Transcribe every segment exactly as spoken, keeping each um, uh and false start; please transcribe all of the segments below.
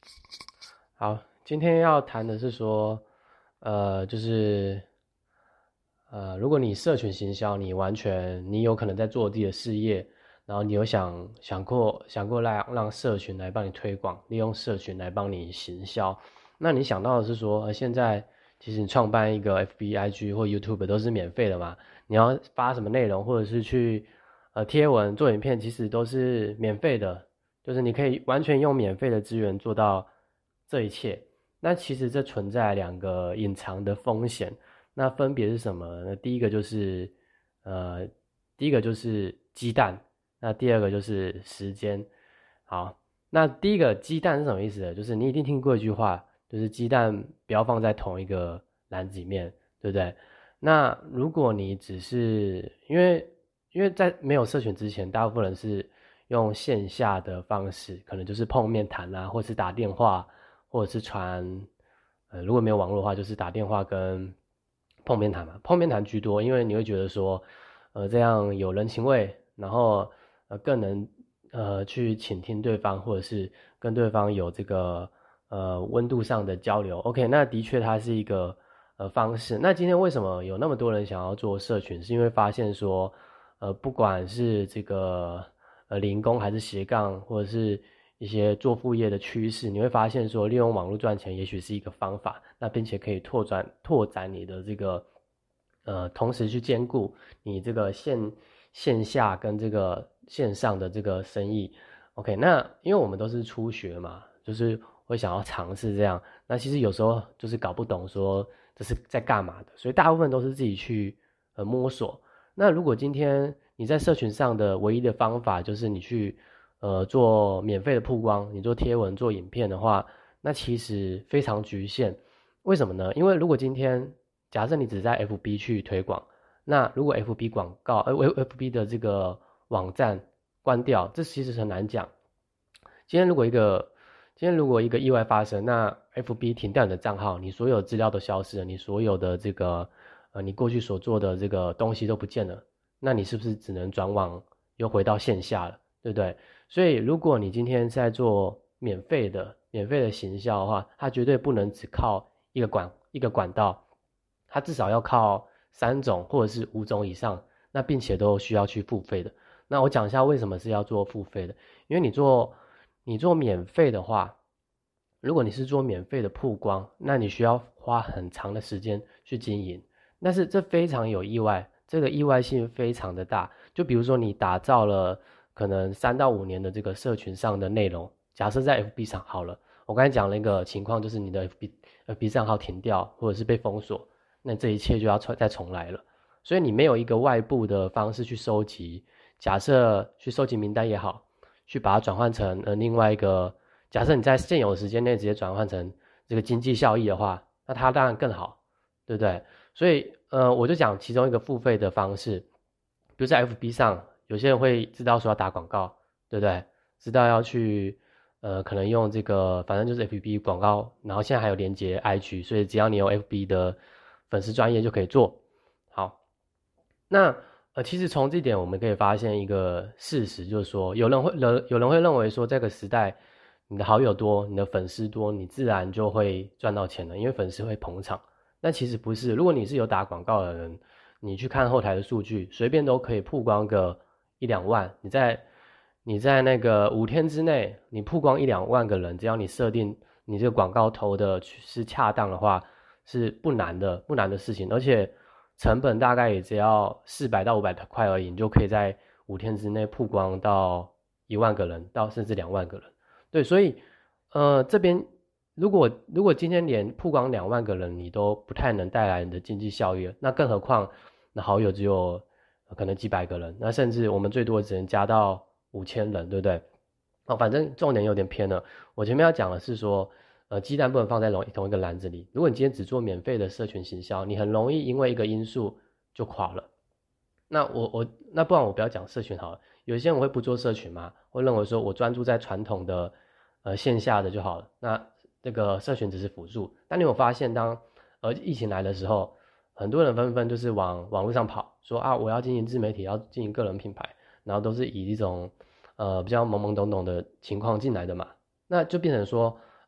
好，今天要谈的是说，呃，就是呃，如果你社群行销，你完全你有可能在做自己的事业，然后你有想想过想过让让社群来帮你推广，利用社群来帮你行销，那你想到的是说，呃，现在其实你创办一个 F B、I G 或 YouTube 都是免费的嘛，你要发什么内容，或者是去呃贴文做影片，其实都是免费的，就是你可以完全用免费的资源做到这一切。那其实这存在两个隐藏的风险，那分别是什么？那第一个就是呃，第一个就是鸡蛋，那第二个就是时间。好，那第一个鸡蛋是什么意思呢？就是你一定听过一句话，就是鸡蛋不要放在同一个篮子里面，对不对？那如果你只是因为因为在没有社群之前，大部分人是用线下的方式，可能就是碰面谈啊，或是打电话，或者是传，呃，如果没有网络的话，就是打电话跟碰面谈嘛，碰面谈居多，因为你会觉得说，呃，这样有人情味，然后呃更能呃去倾听对方，或者是跟对方有这个呃温度上的交流。OK，那的确它是一个呃方式。那今天为什么有那么多人想要做社群？是因为发现说，呃，不管是这个呃零工还是斜杠，或者是一些做副业的趋势，你会发现说，利用网络赚钱也许是一个方法，那并且可以拓展拓展你的这个呃，同时去兼顾你这个线线下跟这个线上的这个生意。OK，那因为我们都是初学嘛，就是会想要尝试这样，那其实有时候就是搞不懂说这是在干嘛的，所以大部分都是自己去呃摸索。那如果今天你在社群上的唯一的方法就是你去呃做免费的曝光，你做贴文、做影片的话，那其实非常局限。为什么呢？因为如果今天假设你只在 F B 去推广，那如果 F B 广告呃 F B 的这个网站关掉，这其实很难讲。今天如果一个今天如果一个意外发生，那 F B 停掉你的账号，你所有资料都消失了，你所有的这个呃你过去所做的这个东西都不见了，那你是不是只能转网又回到线下了，对不对？所以如果你今天在做免费的免费的行销的话，它绝对不能只靠一个管一个管道，它至少要靠三种或者是五种以上，那并且都需要去付费的。那我讲一下为什么是要做付费的，因为你做你做免费的话，如果你是做免费的曝光，那你需要花很长的时间去经营，但是这非常有意外，这个意外性非常的大。就比如说你打造了可能三到五年的这个社群上的内容，假设在 F B 上好了，我刚才讲了一个情况，就是你的 F B F B 账号停掉或者是被封锁，那这一切就要再重来了。所以你没有一个外部的方式去收集，假设去收集名单也好，去把它转换成呃另外一个，假设你在现有的时间内直接转换成这个经济效益的话，那它当然更好，对不对？所以呃我就讲其中一个付费的方式，比如在 F B 上，有些人会知道说要打广告，对不对？知道要去呃可能用这个，反正就是 F B 广告，然后现在还有连接 I G，所以只要你有 F B 的粉丝专业就可以做。好，那呃，其实从这点我们可以发现一个事实，就是说，有人会有有人会认为说，这个时代你的好友多，你的粉丝多，你自然就会赚到钱了，因为粉丝会捧场。但其实不是，如果你是有打广告的人，你去看后台的数据，随便都可以曝光个一两万。你在你在那个五天之内，你曝光一两万个人，只要你设定你这个广告投的是恰当的话，是不难的，不难的事情，而且成本大概也只要四百到五百块而已，你就可以在五天之内曝光到一万个人，到甚至两万个人。对，所以呃这边如果如果今天连曝光两万个人你都不太能带来你的经济效益了，那更何况那好友只有可能几百个人，那甚至我们最多只能加到五千人，对不对？哦，反正重点有点偏了。我前面要讲的是说，呃，鸡蛋不能放在同一个篮子里。如果你今天只做免费的社群行销，你很容易因为一个因素就垮了。那我我那不然我不要讲社群好了。有些人会不做社群嘛，会认为说我专注在传统的呃线下的就好了。那这个社群只是辅助。但你有发现当呃疫情来的时候，很多人纷纷就是往网络上跑，说啊我要经营自媒体，要经营个人品牌，然后都是以一种呃比较懵懵懂懂的情况进来的嘛，那就变成说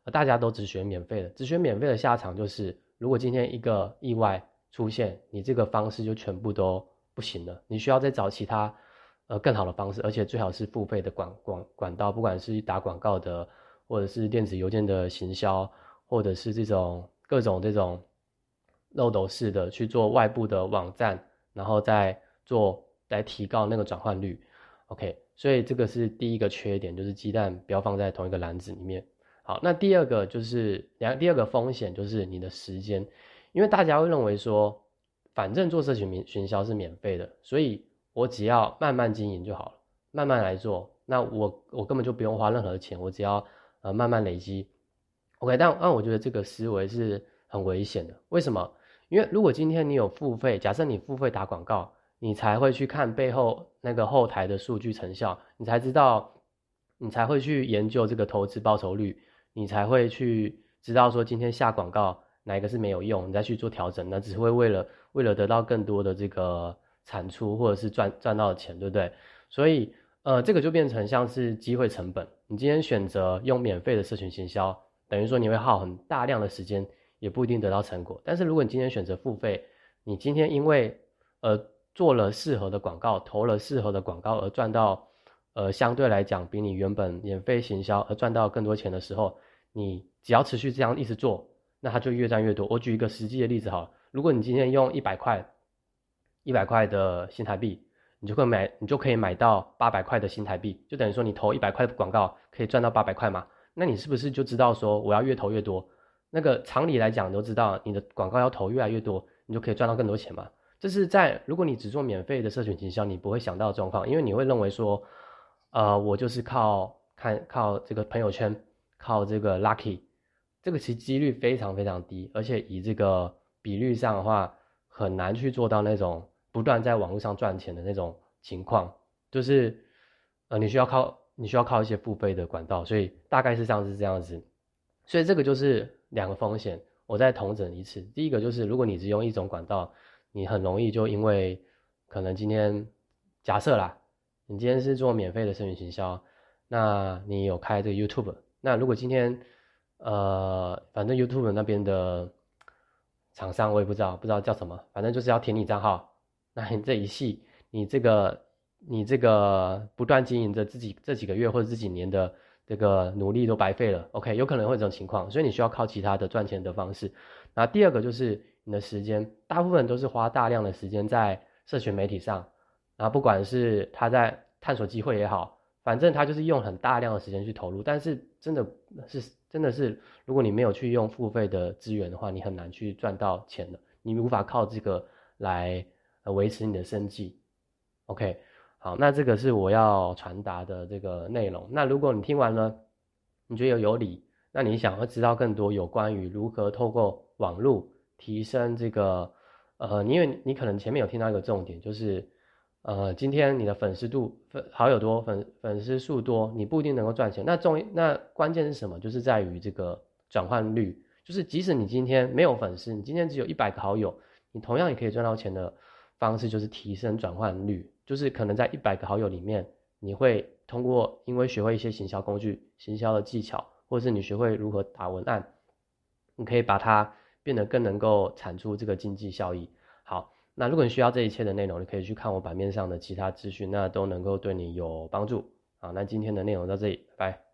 大家都只选免费的，只选免费的下场就是，如果今天一个意外出现，你这个方式就全部都不行了，你需要再找其他呃更好的方式，而且最好是付费的管管管道，不管是打广告的，或者是电子邮件的行销，或者是这种各种这种漏斗式的去做外部的网站，然后再做来提高那个转换率。OK， 所以这个是第一个缺点，就是鸡蛋不要放在同一个篮子里面。好，那第二个就是两第二个风险就是你的时间，因为大家会认为说，反正做社群行销是免费的，所以我只要慢慢经营就好了，慢慢来做，那我我根本就不用花任何的钱，我只要呃慢慢累积。OK，但但我觉得这个思维是很危险的，为什么？因为如果今天你有付费，假设你付费打广告，你才会去看背后那个后台的数据成效，你才知道，你才会去研究这个投资报酬率，你才会去知道说今天下广告哪一个是没有用，你再去做调整，那只会为了为了得到更多的这个产出或者是赚赚到的钱，对不对？所以呃，这个就变成像是机会成本，你今天选择用免费的社群行销，等于说你会耗很大量的时间，也不一定得到成果。但是如果你今天选择付费，你今天因为呃做了适合的广告，投了适合的广告而赚到呃相对来讲比你原本免费行销而赚到更多钱的时候，你只要持续这样一直做，那它就越赚越多。我举一个实际的例子好了，如果你今天用一百块一百块的新台币，你就会买你就可以买到八百块的新台币，就等于说你投一百块的广告可以赚到八百块嘛。那你是不是就知道说我要越投越多？那个常理来讲，你都知道你的广告要投越来越多，你就可以赚到更多钱嘛。这是在如果你只做免费的社群营销，你不会想到的状况，因为你会认为说，呃，我就是靠看靠这个朋友圈，靠这个 lucky， 这个其实几率非常非常低，而且以这个比率上的话，很难去做到那种不断在网络上赚钱的那种情况，就是呃你需要靠你需要靠一些付费的管道，所以大概是上是这样子，所以这个就是两个风险，我再统整一次。第一个就是如果你只用一种管道，你很容易就因为可能今天假设啦，你今天是做免费的社群行销，那你有开这个 YouTube， 那如果今天呃反正 YouTube 那边的厂商我也不知道不知道叫什么，反正就是要填你账号，那你这一系你这个你这个不断经营着自己这几个月或者这几年的这个努力都白费了 ，OK， 有可能会有这种情况，所以你需要靠其他的赚钱的方式。那第二个就是你的时间，大部分都是花大量的时间在社群媒体上，然后不管是他在探索机会也好，反正他就是用很大量的时间去投入，但是真的是真的是，如果你没有去用付费的资源的话，你很难去赚到钱的，你无法靠这个来维持你的生计。OK， 好，那这个是我要传达的这个内容。那如果你听完了，你觉得有理，那你想要知道更多有关于如何透过网络提升这个，呃，因为你可能前面有听到一个重点，就是呃，今天你的粉丝度粉好友多，粉粉丝数多，你不一定能够赚钱。那重那关键是什么？就是在于这个转换率，就是即使你今天没有粉丝，你今天只有一百个好友，你同样也可以赚到钱的方式就是提升转换率，就是可能在一百个好友里面，你会通过因为学会一些行销工具、行销的技巧，或者是你学会如何打文案，你可以把它变得更能够产出这个经济效益。好，那如果你需要这一切的内容，你可以去看我版面上的其他资讯，那都能够对你有帮助。好，那今天的内容到这里，拜拜。